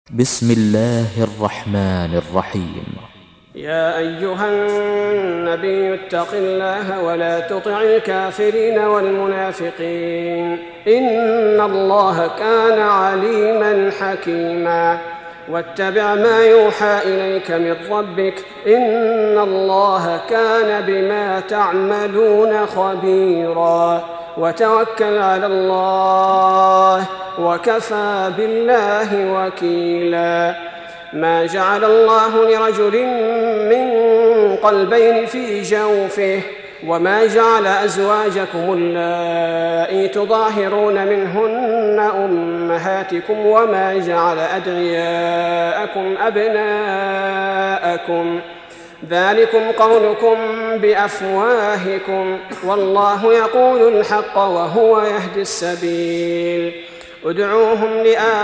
بسم الله الرحمن الرحيم. يا أيها النبي اتق الله ولا تطع الكافرين والمنافقين إن الله كان عليما حكيما. واتبع ما يوحى إليك من ربك إن الله كان بما تعملون خبيرا. وتوكل على الله وكفى بالله وكيلا. ما جعل الله لرجل من قلبين في جوفه وما جعل أزواجكم اللائي تظاهرون منهن أمهاتكم وما جعل أدعياءكم أبناءكم ذلكم قولكم بأفواهكم والله يقول الحق وهو يهدي السبيل. ادعوهم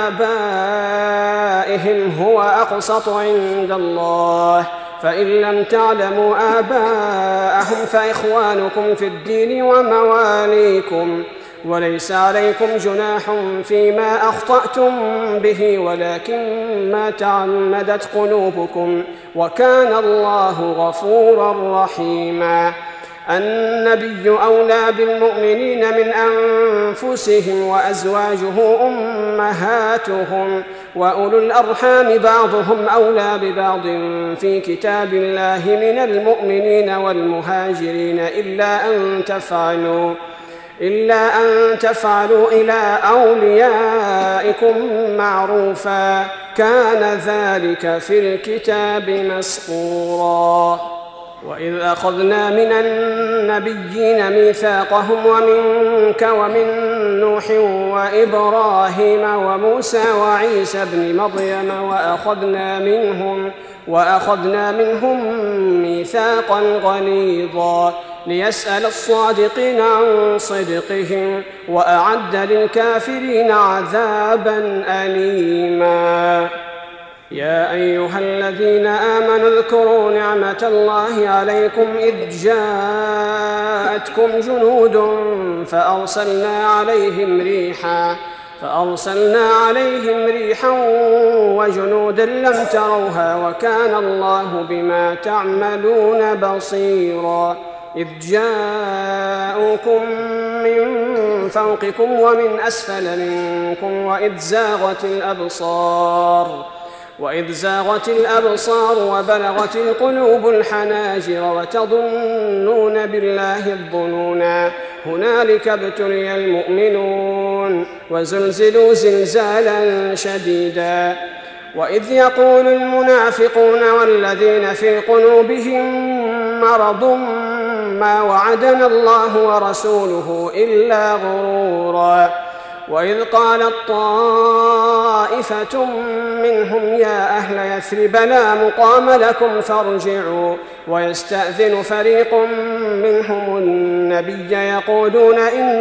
لآبائهم هو أقسط عند الله فإن لم تعلموا آباءهم فإخوانكم في الدين ومواليكم وليس عليكم جناح فيما أخطأتم به ولكن ما تعمدت قلوبكم وكان الله غفورا رحيما. النبي أولى بالمؤمنين من أنفسهم وأزواجه أمهاتهم وأولو الأرحام بعضهم أولى ببعض في كتاب الله من المؤمنين والمهاجرين إلا أن تفعلوا إلى أوليائكم معروفا كان ذلك في الكتاب مسطورا. وإذ أخذنا من النبيين ميثاقهم ومنك ومن نوح وإبراهيم وموسى وعيسى ابن مريم وأخذنا منهم ميثاقا غليظا ليسأل الصادقين عن صدقهم وأعد للكافرين عذابا أليما. يا أيها الذين آمنوا اذكروا نعمة الله عليكم إذ جاءتكم جنود فأرسلنا عليهم ريحا وجنودا لم تروها وكان الله بما تعملون بصيرا. إذ جاءوكم من فوقكم ومن أسفل منكم وإذ زاغت الأبصار وبلغت القلوب الحناجر وتظنون بالله الظنونا هنالك ابتلي المؤمنون وزلزلوا زلزالا شديدا. وإذ يقول المنافقون والذين في قلوبهم مرض ما وعدنا الله ورسوله إلا غرورا. وإذ قالت طائفة منهم يا أهل يثرب لا مقام لكم فارجعوا ويستأذن فريق منهم النبي يقولون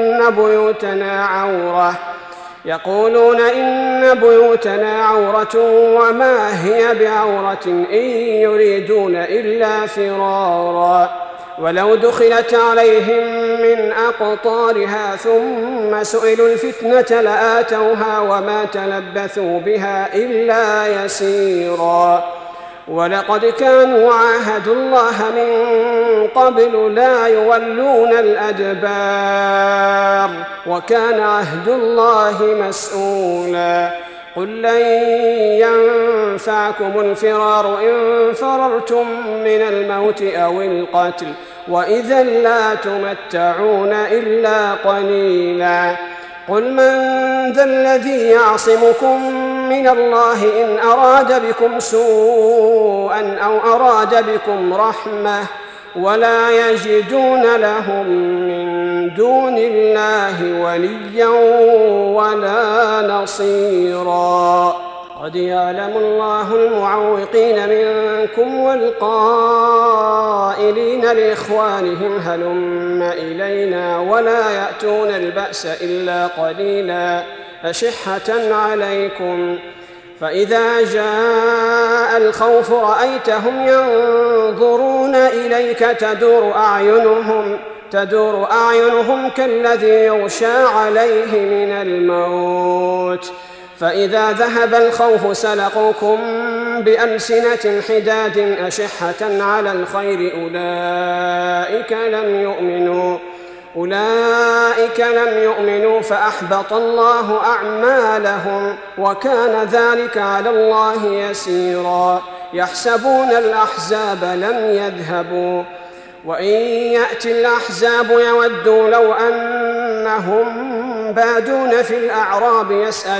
إن بيوتنا عورة وما هي بعورة إن يريدون إلا فرارا. ولو دخلت عليهم من أقطارها ثم سئلوا الفتنة لآتوها وما تلبثوا بها إلا يسيرا. ولقد كانوا عاهدوا الله من قبل لا يولون الأدبار وكان عهد الله مسؤولا. قل لن ينفعكم الفرار إن فررتم من الموت أو القتل وإذا لا تمتعون إلا قليلا. قل من ذا الذي يعصمكم من الله إن أراد بكم سوءا أو أراد بكم رحمة ولا يجدون لهم من دون الله وليا ولا نصيرا. قد يعلم الله المعوقين منكم والقائلين لإخوانهم هلم إلينا ولا يأتون البأس إلا قليلا أشحة عليكم. فإذا جاء الخوف رأيتهم ينظرون إليك تدور أعينهم كالذي يغشى عليه من الموت فإذا ذهب الخوف سلقوكم بألسنة حداد أشحة على الخير أولئك لم يؤمنوا فأحبط الله أعمالهم وكان ذلك على الله يسيرا. يحسبون الأحزاب لم يذهبوا وإن يأتي الأحزاب يودوا لو أنهم بادون في الأعراب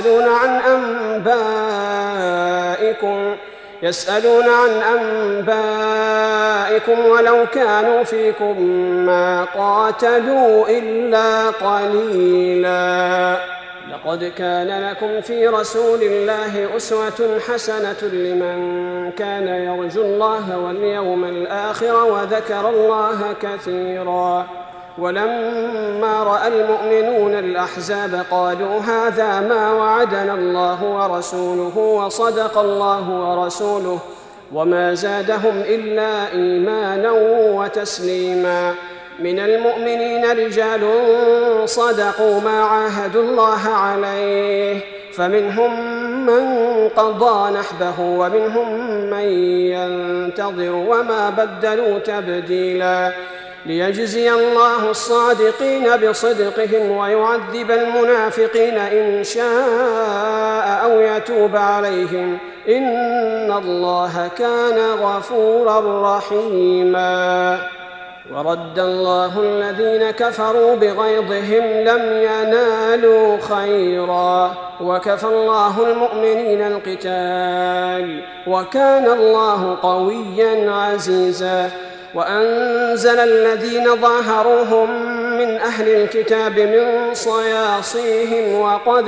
يسألون عن أنبائكم ولو كانوا فيكم ما قاتلوا إلا قليلا. لقد كان لكم في رسول الله أسوة حسنة لمن كان يرجو الله واليوم الآخر وذكر الله كثيرا. ولما رأى المؤمنون الأحزاب قالوا هذا ما وعدنا الله ورسوله وصدق الله ورسوله وما زادهم إلا إيمانا وتسليما. من المؤمنين رجال صدقوا ما عاهدوا الله عليه فمنهم من قضى نحبه ومنهم من ينتظر وما بدلوا تبديلا. ليجزي الله الصادقين بصدقهم ويعذب المنافقين إن شاء أو يتوب عليهم إن الله كان غفورا رحيما. ورد الله الذين كفروا بغيظهم لم ينالوا خيرا وكفى الله المؤمنين القتال وكان الله قويا عزيزا. وأنزل الذين ظاهروهم من أهل الكتاب من صياصيهم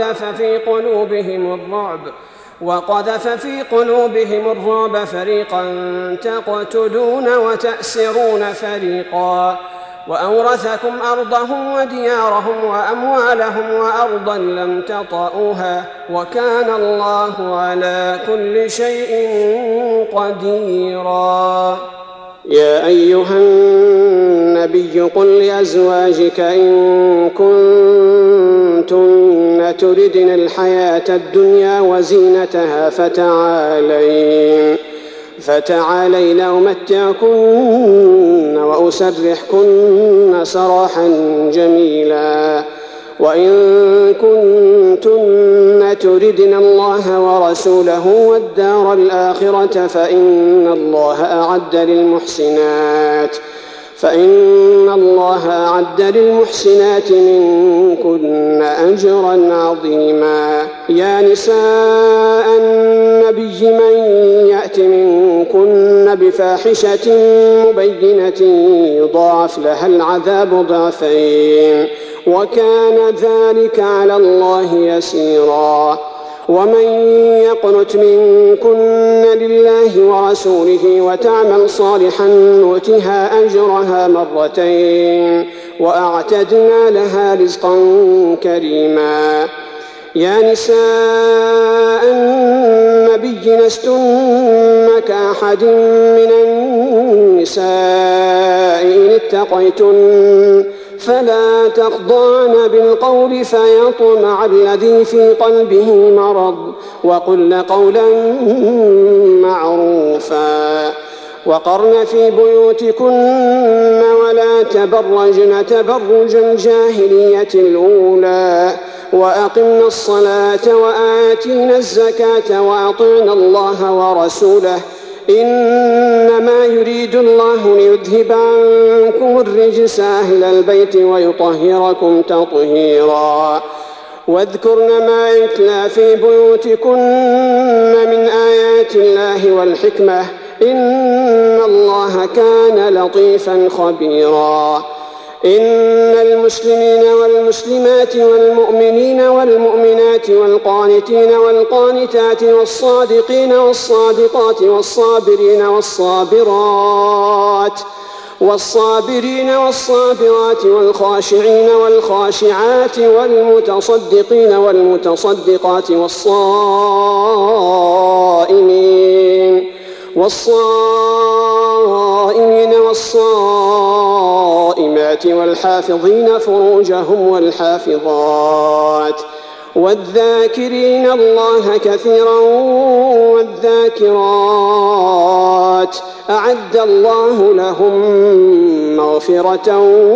وقذف في قلوبهم الرعب فريقا تقتلون وتأسرون فريقا. وأورثكم أرضهم وديارهم وأموالهم وأرضا لم تطئوها وكان الله على كل شيء قديرا. يا أيها النبي قل لأزواجك إن كنتن تردن الحياة الدنيا وزينتها فتعالين أمتعكن وأسرحكن سراحا جميلا. وإن كنتن تردن الله ورسوله والدار الآخرة فإن الله أعد للمحسنات منكن أجرا عظيما. يا نساء النبي من يأت منكن بفاحشة مبينة يضاعف لها العذاب ضعفين وكان ذلك على الله يسيرا. ومن يقنت منكن لله ورسوله وتعمل صالحا نؤتها أجرها مرتين وأعتدنا لها رزقا كريما. يا نساء النبي لستن كأحد من النساء إن اتقيتن فلا تخضعن بالقول فيطمع الذي في قلبه مرض وقلن قولا معروفا. وقرن في بيوتكن ولا تبرجن تبرج الجاهلية الأولى وأقمنا الصلاة وآتينا الزكاة وأطعنا الله ورسوله إنما يريد الله ليذهب عنكم الرجس أهل البيت ويطهركم تطهيرا. واذكرن ما يتلى في بيوتكن من آيات الله والحكمة إن الله كان لطيفا خبيرا. إن المسلمين والمسلمات والمؤمنين والمؤمنات والقانتين والقانتات والصادقين والصادقات والصابرين والصابرات والخاشعين والخاشعات والمتصدقين والمتصدقات والصائمين والصائمات والحافظين فروجهم والحافظات والذاكرين الله كثيرا والذاكرات أعد الله لهم مغفرة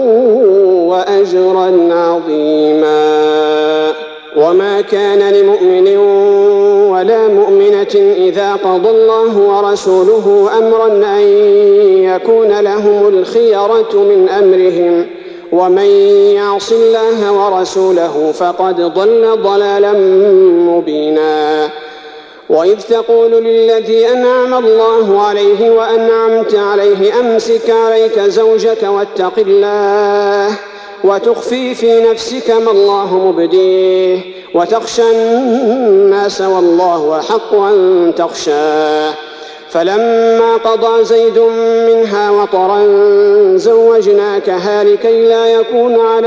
وأجرا عظيما. وما كان لمؤمن ولا مؤمنة إذا قضى الله ورسوله أمرا أن يكون لهم الخيرة من أمرهم ومن يعص الله ورسوله فقد ضل ضلالا مبينا. وإذ تقول للذي أنعم الله عليه وأنعمت عليه أمسك عليك زوجك واتق الله وتخفي في نفسك ما الله مبديه وتخشى الناس والله أحق أن تخشاه. فلما قضى زيد منها وطرا زوجناكها لكي لا يكون على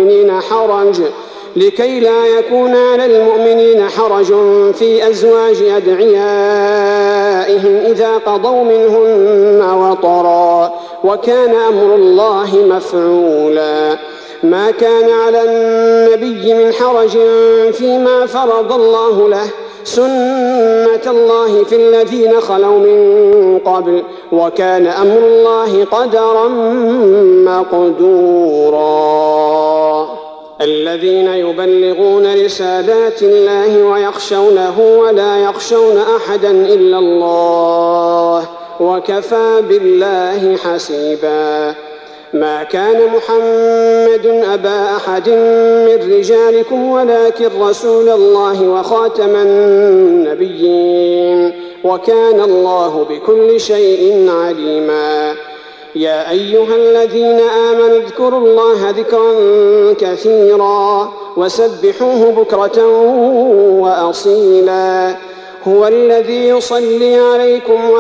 المؤمنين حرج في أزواج أدعيائهم إذا قضوا منهن وطرا وكان أمر الله مفعولا. ما كان على النبي من حرج فيما فرض الله له سنة الله في الذين خلوا من قبل وكان أمر الله قدرا مقدورا. الذين يبلغون رسالات الله ويخشونه ولا يخشون أحدا إلا الله وكفى بالله حسيبا. ما كان محمد أبا أحد من رجالكم ولكن رسول الله وخاتم النبيين وكان الله بكل شيء عليما. يا أيها الذين آمنوا اذكروا الله ذكرا كثيرا وسبحوه بكرة وأصيلا. هو الذي يصلي عليكم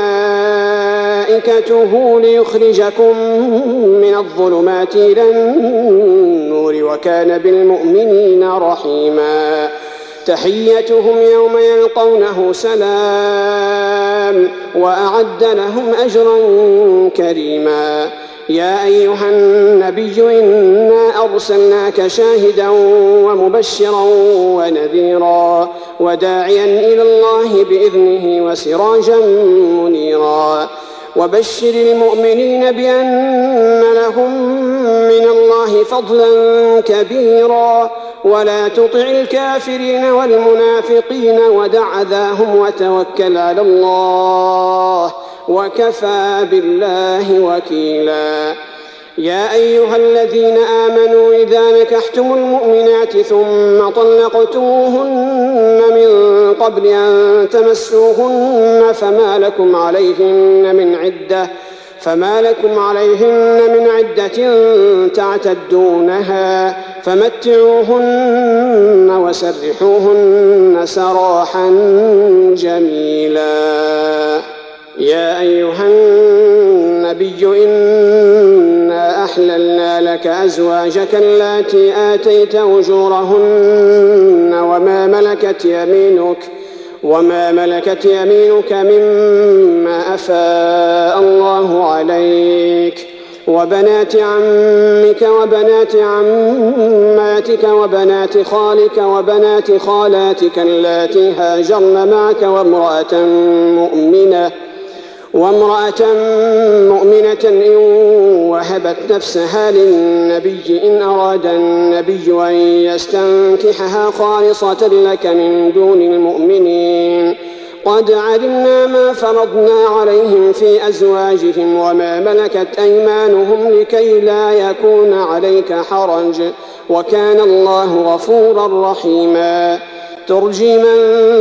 وملائكته ليخرجكم من الظلمات إلى النور وكان بالمؤمنين رحيما. تحيتهم يوم يلقونه سلام وأعد لهم أجرا كريما. يا أيها النبي إنا أرسلناك شاهدا ومبشرا ونذيرا وداعيا إلى الله بإذنه وسراجا منيرا. وبشر المؤمنين بأن لهم من الله فضلا كبيرا ولا تطع الكافرين والمنافقين ودع أذاهم وتوكل على الله وكفى بالله وكيلا. يا أيها الذين آمنوا إذا نكحتم المؤمنات ثم طلقتموهن من قبل أن تمسوهن فما لكم عليهن من عدة تعتدونها فمتعوهن وسرحوهن سراحا جميلا. يا أيها النبي إنا أحللنا لك أزواجك اللاتي آتيت أجورهن وما ملكت يمينك مما أفاء الله عليك وبنات عمك وبنات عماتك وبنات خالك وبنات خالاتك اللاتي هاجرن معك وامرأة مؤمنة إن وهبت نفسها للنبي إن أراد النبي أن يستنكحها خالصة لك من دون المؤمنين. قد علمنا ما فرضنا عليهم في أزواجهم وما ملكت أيمانهم لكي لا يكون عليك حرج وكان الله غفورا رحيما. ترجي من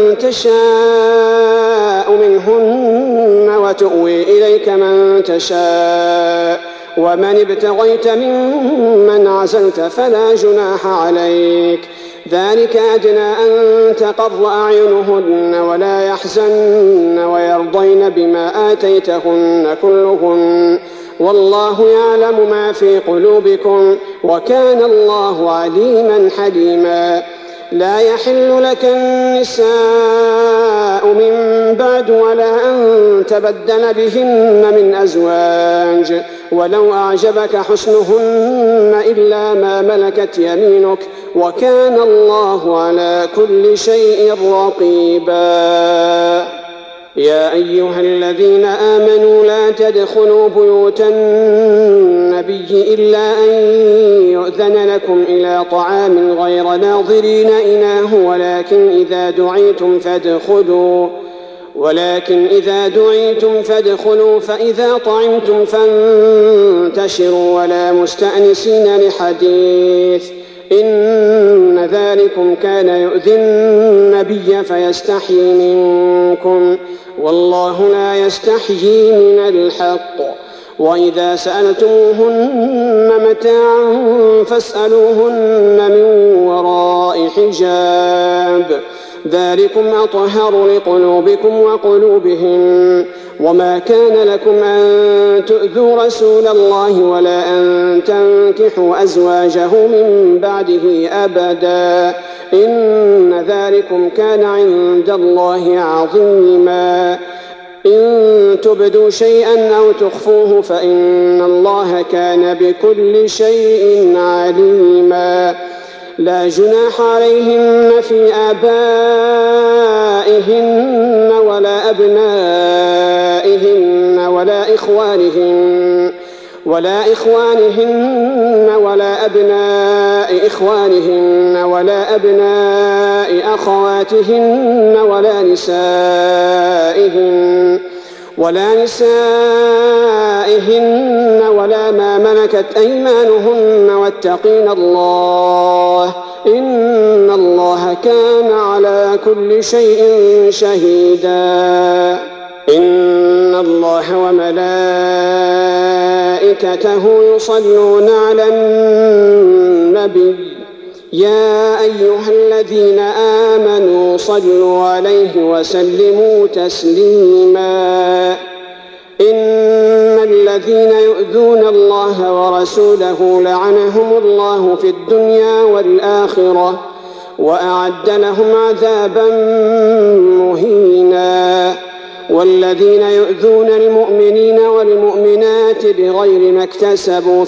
تشاء منهن وتؤوي إليك من تشاء ومن ابتغيت ممن عزلت فلا جناح عليك. ذلك أدنى أن تقر أعينهن ولا يحزن ويرضين بما آتيتهن كلهن والله يعلم ما في قلوبكم وكان الله عليما حليما. لا يحل لك النساء من بعد ولا أن تبدل بهن من أزواج ولو أعجبك حسنهن إلا ما ملكت يمينك وكان الله على كل شيء رقيبا. يا أيها الذين آمنوا لا تدخلوا بيوت النبي إلا أن يؤذن لكم إلى طعام غير ناظرين إناه ولكن إذا دعيتم فادخلوا فإذا طعمتم فانتشروا ولا مستأنسين لحديث إن ذلكم كان يؤذي النبي فيستحيي منكم والله لا يستحيي من الحق. وإذا سألتموهن متاعا فاسألوهن من وراء حجاب ذلكم أطهر لقلوبكم وقلوبهم. وما كان لكم أن تؤذوا رسول الله ولا أن تنكحوا أزواجه من بعده أبدا إن ذلكم كان عند الله عظيما. إن تبدوا شيئا أو تخفوه فإن الله كان بكل شيء عليما. لا جناح عليهن في آبائهن ولا أبنائهن ولا إخوانهن ولا أبناء إخوانهن ولا أبناء أخواتهن ولا نسائهن ولا ما ملكت أيمانهن واتقين الله إن الله كان على كل شيء شهيدا. إن الله وملائكته يصلون على النبي يا أيها الذين آمنوا صلوا عليه وسلموا تسليما. إن الذين يؤذون الله ورسوله لعنهم الله في الدنيا والآخرة وأعد لهم عذابا مهينا. والذين يؤذون المؤمنين والمؤمنات بغير ما اكتسبوا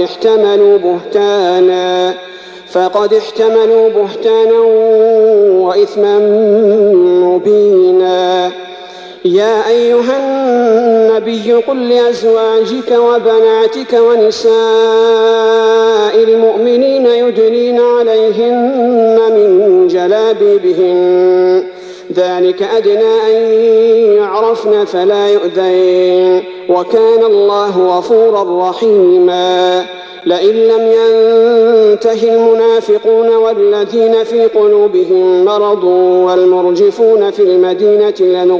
فقد احتملوا بهتانا وإثما مبينا. يا أيها النبي قل لأزواجك وبناتك ونساء المؤمنين يدنين عليهن من جلابيبهن ذلك أدنى أن يعرفن فلا يؤذين وكان الله غفورا رحيما. لئن لم ينته المنافقون والذين في قلوبهم مرض والمرجفون في المدينة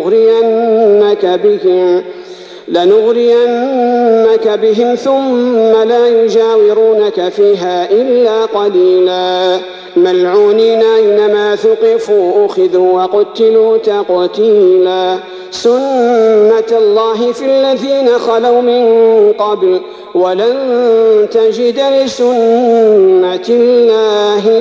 لنغرينك بهم ثم لا يجاورونك فيها إلا قليلا ملعونين أينما ثقفوا أخذوا وقتلوا تقتيلا. سنة الله في الذين خلوا من قبل ولن تجد لسنة الله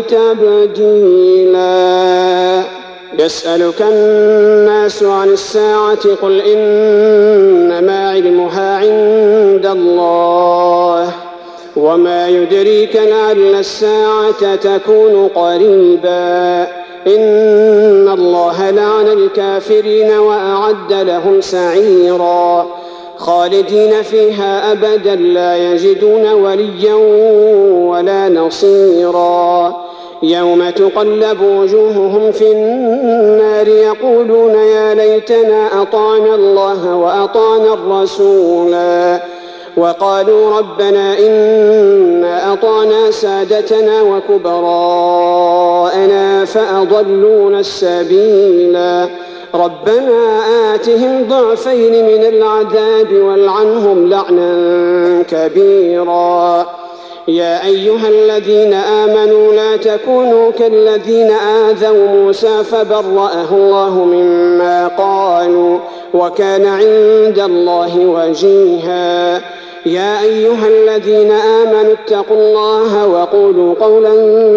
تبديلا. يسألك الناس عن الساعة قل إنما علمها عند الله وما يدريك لعل الساعة تكون قريبا. إن الله لعن الكافرين وأعد لهم سعيرا خالدين فيها أبدا لا يجدون وليا ولا نصيرا. يوم تقلب وجوههم في النار يقولون يا ليتنا أطعنا الله وأطعنا الرسولا وقالوا ربنا إنا أطعنا سادتنا وكبراءنا فأضلونا السبيلا. ربنا آتهم ضعفين من العذاب والعنهم لعنا كبيرا. يا أيها الذين آمنوا لا تكونوا كالذين آذوا موسى فبرأه الله مما قالوا وكان عند الله وجيها. يا أيها الذين آمنوا اتقوا الله وقولوا قولا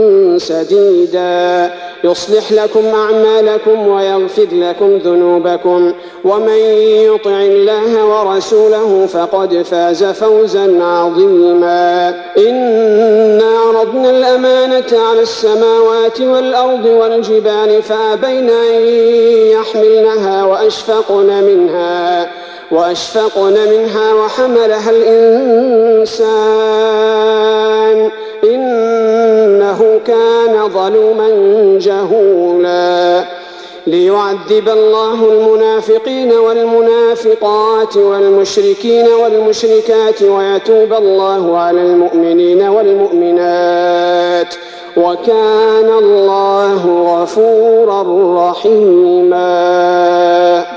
سديدا يصلح لكم أعمالكم ويغفر لكم ذنوبكم ومن يطع الله ورسوله فقد فاز فوزا عظيما. إنا عرضنا الأمانة على السماوات والأرض والجبال فأبين أن يحملنها وأشفقن منها وحملها الإنسان إنه كان ظلوما جهولا. ليعذب الله المنافقين والمنافقات والمشركين والمشركات ويتوب الله على المؤمنين والمؤمنات وكان الله غفورا رحيما.